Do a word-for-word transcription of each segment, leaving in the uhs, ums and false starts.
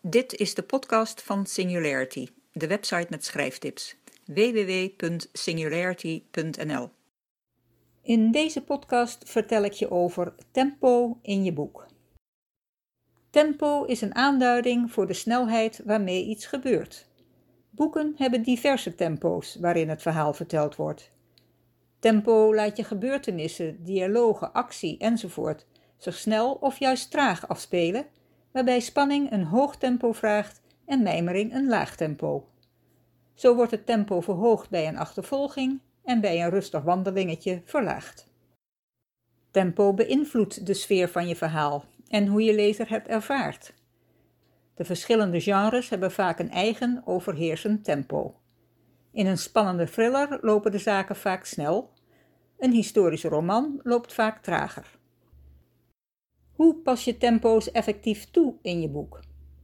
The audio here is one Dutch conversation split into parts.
Dit is de podcast van Singularity, de website met schrijftips. w w w punt singularity punt n l. In deze podcast vertel ik je over tempo in je boek. Tempo is een aanduiding voor de snelheid waarmee iets gebeurt. Boeken hebben diverse tempo's waarin het verhaal verteld wordt. Tempo laat je gebeurtenissen, dialogen, actie enzovoort zich snel of juist traag afspelen, waarbij spanning een hoog tempo vraagt en mijmering een laag tempo. Zo wordt het tempo verhoogd bij een achtervolging en bij een rustig wandelingetje verlaagd. Tempo beïnvloedt de sfeer van je verhaal en hoe je lezer het ervaart. De verschillende genres hebben vaak een eigen overheersend tempo. In een spannende thriller lopen de zaken vaak snel, een historische roman loopt vaak trager. Hoe pas je tempo's effectief toe in je boek?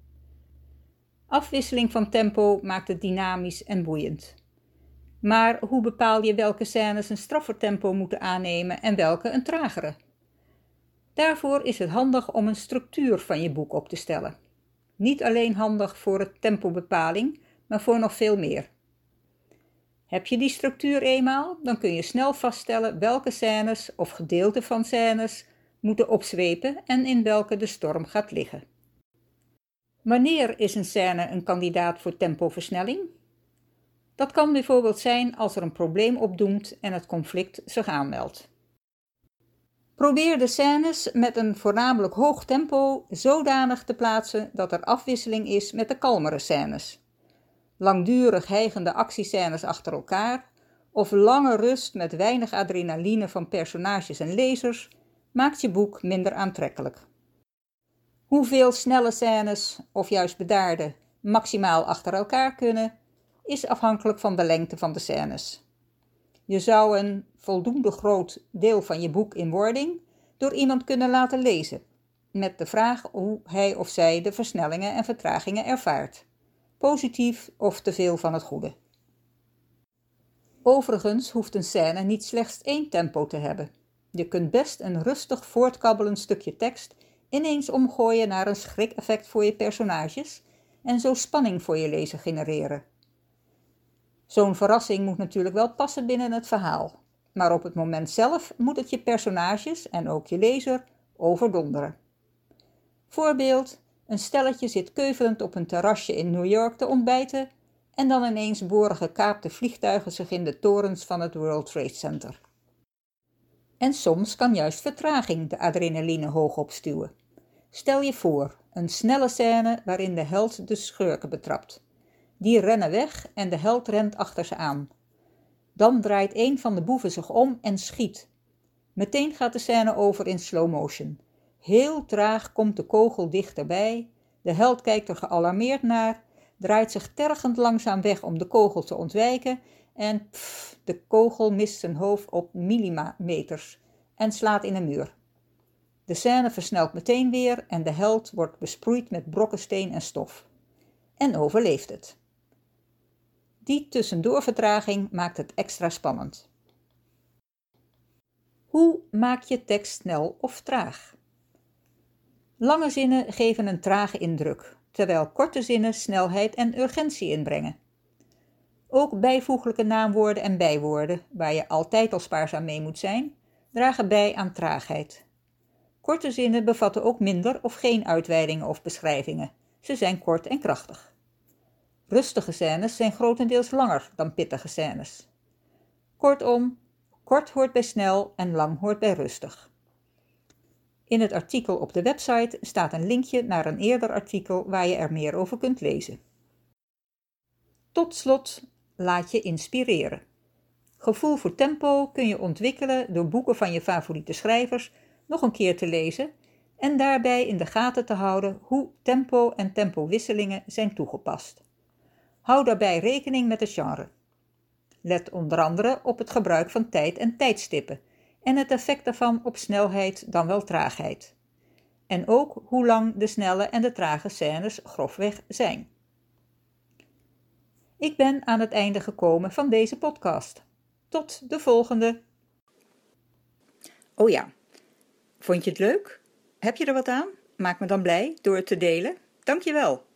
Afwisseling van tempo maakt het dynamisch en boeiend. Maar hoe bepaal je welke scènes een straffer tempo moeten aannemen en welke een tragere? Daarvoor is het handig om een structuur van je boek op te stellen. Niet alleen handig voor het tempobepaling, maar voor nog veel meer. Heb je die structuur eenmaal, dan kun je snel vaststellen welke scènes of gedeelten van scènes moeten opzwepen en in welke de storm gaat liggen. Wanneer is een scène een kandidaat voor tempoversnelling? Dat kan bijvoorbeeld zijn als er een probleem opdoemt en het conflict zich aanmeldt. Probeer de scènes met een voornamelijk hoog tempo zodanig te plaatsen dat er afwisseling is met de kalmere scènes. Langdurig hijgende actiescènes achter elkaar of lange rust met weinig adrenaline van personages en lezers maakt je boek minder aantrekkelijk. Hoeveel snelle scènes, of juist bedaarde, maximaal achter elkaar kunnen, is afhankelijk van de lengte van de scènes. Je zou een voldoende groot deel van je boek in wording door iemand kunnen laten lezen, met de vraag hoe hij of zij de versnellingen en vertragingen ervaart, positief of te veel van het goede. Overigens hoeft een scène niet slechts één tempo te hebben. Je kunt best een rustig voortkabbelend stukje tekst ineens omgooien naar een schrik-effect voor je personages en zo spanning voor je lezer genereren. Zo'n verrassing moet natuurlijk wel passen binnen het verhaal, maar op het moment zelf moet het je personages en ook je lezer overdonderen. Voorbeeld, een stelletje zit keuvelend op een terrasje in New York te ontbijten en dan ineens boren gekaapte vliegtuigen zich in de torens van het World Trade Center. En soms kan juist vertraging de adrenaline hoog opstuwen. Stel je voor, een snelle scène waarin de held de schurken betrapt. Die rennen weg en de held rent achter ze aan. Dan draait een van de boeven zich om en schiet. Meteen gaat de scène over in slow motion. Heel traag komt de kogel dichterbij, de held kijkt er gealarmeerd naar, draait zich tergend langzaam weg om de kogel te ontwijken en pff, de kogel mist zijn hoofd op millimeters en slaat in een muur. De scène versnelt meteen weer en de held wordt besproeid met brokken steen en stof. En overleeft het. Die tussendoorvertraging maakt het extra spannend. Hoe maak je tekst snel of traag? Lange zinnen geven een trage indruk, terwijl korte zinnen snelheid en urgentie inbrengen. Ook bijvoeglijke naamwoorden en bijwoorden, waar je altijd al spaarzaam mee moet zijn, dragen bij aan traagheid. Korte zinnen bevatten ook minder of geen uitweidingen of beschrijvingen. Ze zijn kort en krachtig. Rustige scènes zijn grotendeels langer dan pittige scènes. Kortom, kort hoort bij snel en lang hoort bij rustig. In het artikel op de website staat een linkje naar een eerder artikel waar je er meer over kunt lezen. Tot slot, laat je inspireren. Gevoel voor tempo kun je ontwikkelen door boeken van je favoriete schrijvers nog een keer te lezen en daarbij in de gaten te houden hoe tempo en tempowisselingen zijn toegepast. Hou daarbij rekening met het genre. Let onder andere op het gebruik van tijd en tijdstippen en het effect daarvan op snelheid dan wel traagheid. En ook hoe lang de snelle en de trage scènes grofweg zijn. Ik ben aan het einde gekomen van deze podcast. Tot de volgende. Oh ja, vond je het leuk? Heb je er wat aan? Maak me dan blij door het te delen. Dank je wel.